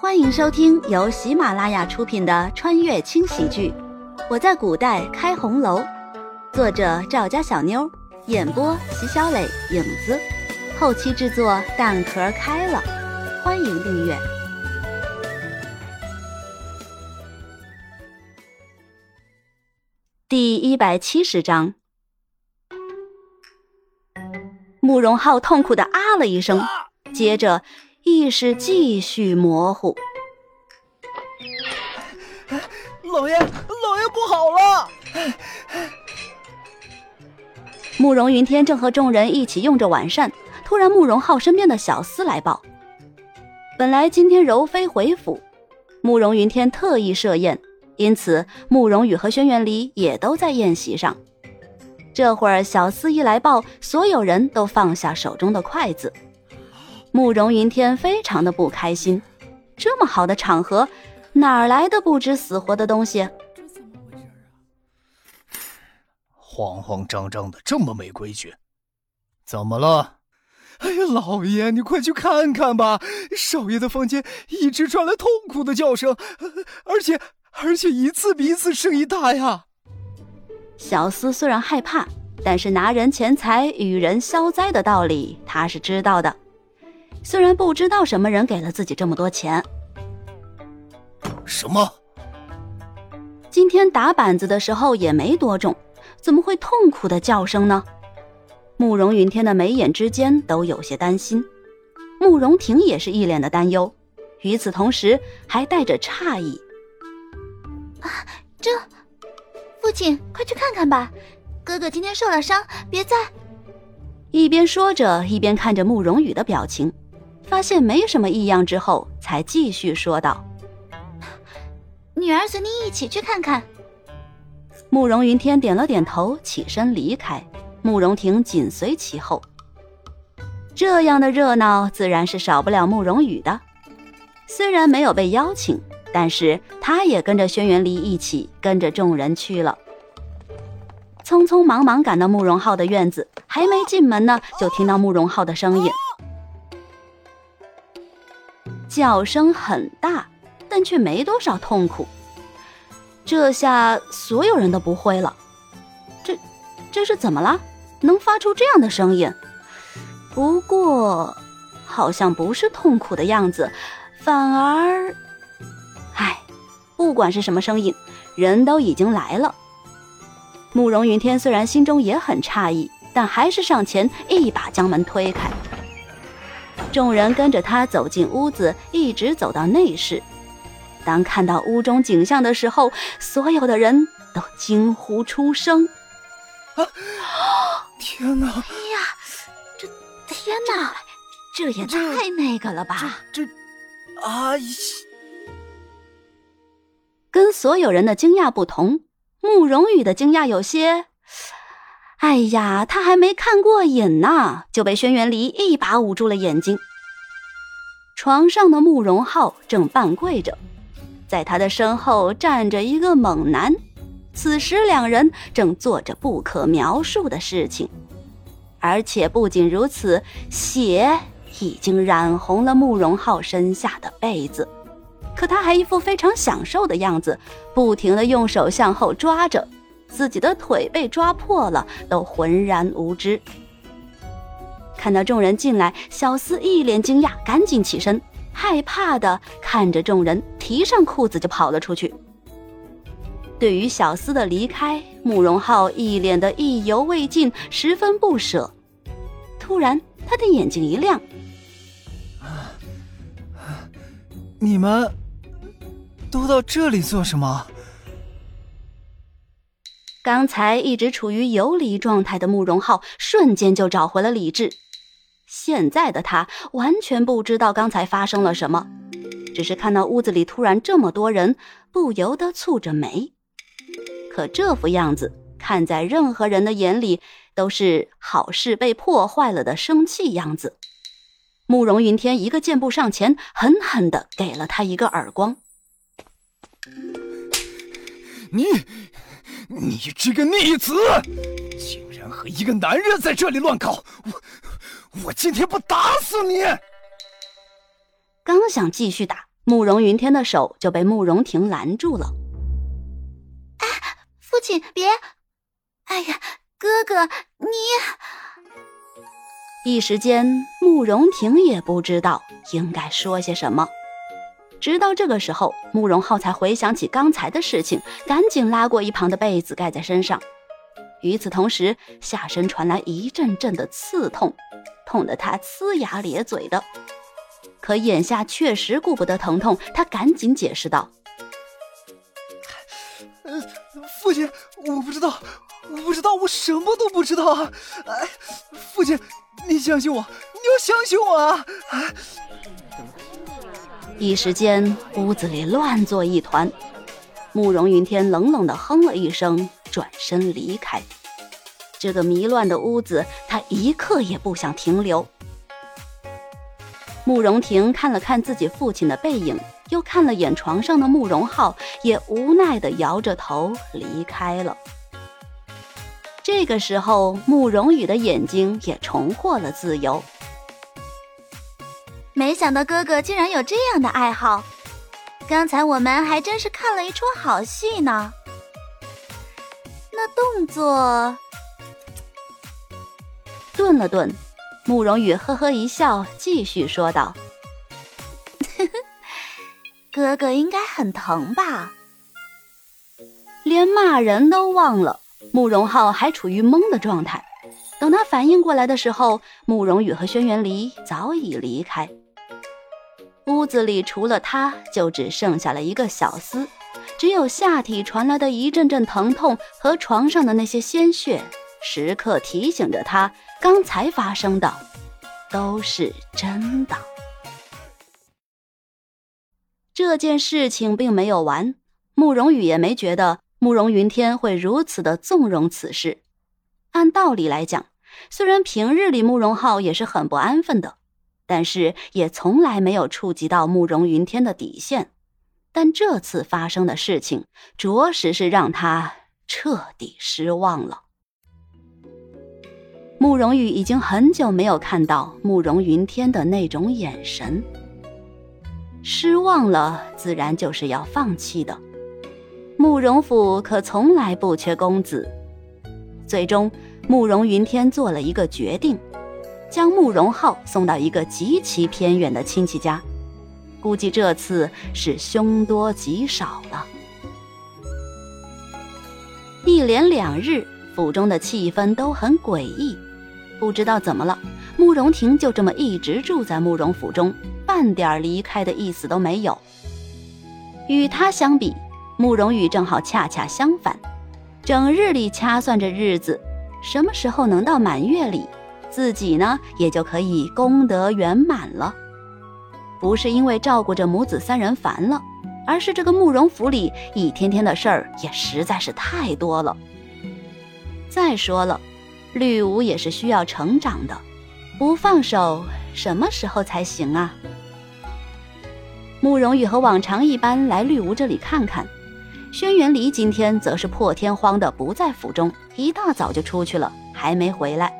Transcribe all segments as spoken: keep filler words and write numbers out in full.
欢迎收听由喜马拉雅出品的穿越轻喜剧《我在古代开红楼》，作者赵家小妞，演播席小磊、影子，后期制作蛋壳开了。欢迎订阅。第一百七十章，慕容浩痛苦地啊了一声，接着意识继续模糊。 老爷，老爷不好了！ 慕容云天正和众人一起用着晚膳，突然慕容浩身边的小厮来报，本来今天柔妃回府，慕容云天特意设宴，因此慕容羽和轩辕离也都在宴席上。这会儿小厮一来报，所有人都放下手中的筷子。慕容云天非常的不开心，这么好的场合，哪来的不知死活的东西？ 慌慌张张的，这么没规矩，怎么了？ 哎呀，老爷，你快去看看吧！少爷的房间一直传来痛苦的叫声，而且而且一次比一次声音大呀！ 小厮虽然害怕，但是拿人钱财与人消灾的道理他是知道的。虽然不知道什么人给了自己这么多钱。 什么？ 今天打板子的时候也没多重，怎么会痛苦的叫声呢？慕容云天的眉眼之间都有些担心，慕容婷也是一脸的担忧，与此同时还带着诧异。 啊，这父亲快去看看吧，哥哥今天受了伤，别再…… 一边说着一边看着慕容羽的表情，发现没什么异样之后才继续说道， 女儿随你一起去看看。 慕容云天点了点头，起身离开，慕容婷紧随其后。这样的热闹自然是少不了慕容羽的，虽然没有被邀请，但是他也跟着轩辕离一起跟着众人去了。匆匆忙忙赶到慕容浩的院子，还没进门呢，就听到慕容浩的声音，叫声很大，但却没多少痛苦。这下所有人都不会了，这这是怎么了？能发出这样的声音？不过好像不是痛苦的样子，反而……唉，不管是什么声音，人都已经来了。慕容云天虽然心中也很诧异，但还是上前一把将门推开。众人跟着他走进屋子，一直走到内室。当看到屋中景象的时候，所有的人都惊呼出声。 啊！天哪！ 哎呀，这天哪， 这也太那个了吧！ 这……这……哎呀！ 跟所有人的惊讶不同，慕容羽的惊讶有些……哎呀，他还没看过瘾呢，就被轩辕离一把捂住了眼睛。床上的慕容浩正半跪着，在他的身后站着一个猛男，此时两人正做着不可描述的事情。而且不仅如此，血已经染红了慕容浩身下的被子，可他还一副非常享受的样子，不停地用手向后抓着，自己的腿被抓破了，都浑然无知。看到众人进来，小厮一脸惊讶，赶紧起身，害怕的看着众人，提上裤子就跑了出去。对于小厮的离开，慕容浩一脸的意犹未尽，十分不舍。突然他的眼睛一亮， 你们都到这里做什么？ 刚才一直处于游离状态的慕容浩瞬间就找回了理智。现在的他完全不知道刚才发生了什么，只是看到屋子里突然这么多人，不由得蹙着眉。可这副样子看在任何人的眼里都是好事被破坏了的生气样子。慕容云天一个箭步上前，狠狠地给了他一个耳光。 你你这个逆子，竟然和一个男人在这里乱搞，我我今天不打死你！ 刚想继续打， 慕容云天的手就被慕容婷拦住了。 哎，父亲别！哎呀，哥哥你…… 一时间，慕容婷也不知道应该说些什么。直到这个时候，慕容浩才回想起刚才的事情，赶紧拉过一旁的被子盖在身上。与此同时，下身传来一阵阵的刺痛，痛得他呲牙咧嘴的。可眼下确实顾不得疼痛，他赶紧解释道： 呃，父亲，我不知道，我不知道，我什么都不知道啊！哎，父亲，你相信我，你要相信我啊！哎， 一时间，屋子里乱作一团。慕容云天冷冷地哼了一声，转身离开。这个迷乱的屋子，他一刻也不想停留。慕容婷看了看自己父亲的背影，又看了眼床上的慕容浩，也无奈地摇着头离开了。这个时候，慕容羽的眼睛也重获了自由。 没想到哥哥竟然有这样的爱好，刚才我们还真是看了一出好戏呢。那动作…… 顿了顿，慕容羽呵呵一笑，继续说道： 哥哥应该很疼吧？ 连骂人都忘了，慕容浩还处于懵的状态。等他反应过来的时候，慕容羽和轩辕离早已离开。屋子里除了他，就只剩下了一个小厮，只有下体传来的一阵阵疼痛和床上的那些鲜血，时刻提醒着他，刚才发生的都是真的。这件事情并没有完，慕容羽也没觉得慕容云天会如此的纵容此事。按道理来讲，虽然平日里慕容浩也是很不安分的，但是也从来没有触及到慕容云天的底线。但这次发生的事情，着实是让他彻底失望了。慕容羽已经很久没有看到慕容云天的那种眼神，失望了，自然就是要放弃的。慕容府可从来不缺公子。最终，慕容云天做了一个决定，将慕容浩送到一个极其偏远的亲戚家，估计这次是凶多吉少了。一连两日，府中的气氛都很诡异，不知道怎么了，慕容婷就这么一直住在慕容府中，半点离开的意思都没有。与他相比，慕容羽正好恰恰相反，整日里掐算着日子，什么时候能到满月里，自己呢也就可以功德圆满了。不是因为照顾着母子三人烦了，而是这个慕容府里一天天的事儿也实在是太多了。再说了，绿芜也是需要成长的，不放手什么时候才行啊？慕容羽和往常一般来绿芜这里看看，轩辕离今天则是破天荒的不在府中，一大早就出去了，还没回来。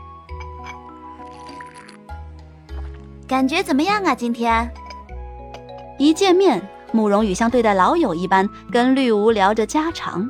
感觉怎么样啊？今天一见面，慕容羽像对待老友一般，跟绿芜聊着家常。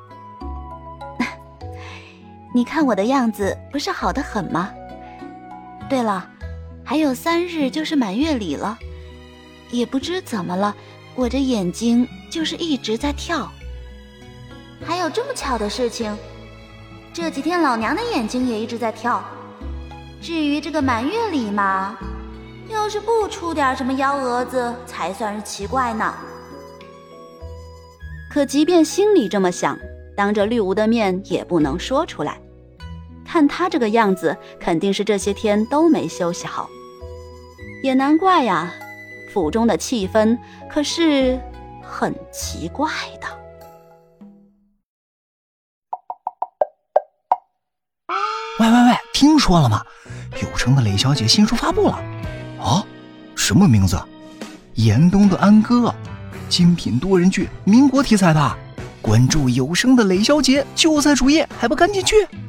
你看我的样子不是好得很吗？对了，还有三日就是满月礼了，也不知怎么了，我这眼睛就是一直在跳。还有这么巧的事情，这几天老娘的眼睛也一直在跳。至于这个满月礼嘛，要是不出点什么幺蛾子才算是奇怪呢。 可即便心里这么想，当着绿芜的面也不能说出来。看他这个样子，肯定是这些天都没休息好。也难怪呀，府中的气氛可是很奇怪的。 喂喂喂，听说了吗？有声的磊小姐新书发布了。啊？什么名字？严冬的安哥，精品多人剧，民国题材的。关注有声的磊小姐就在主页，还不赶紧去？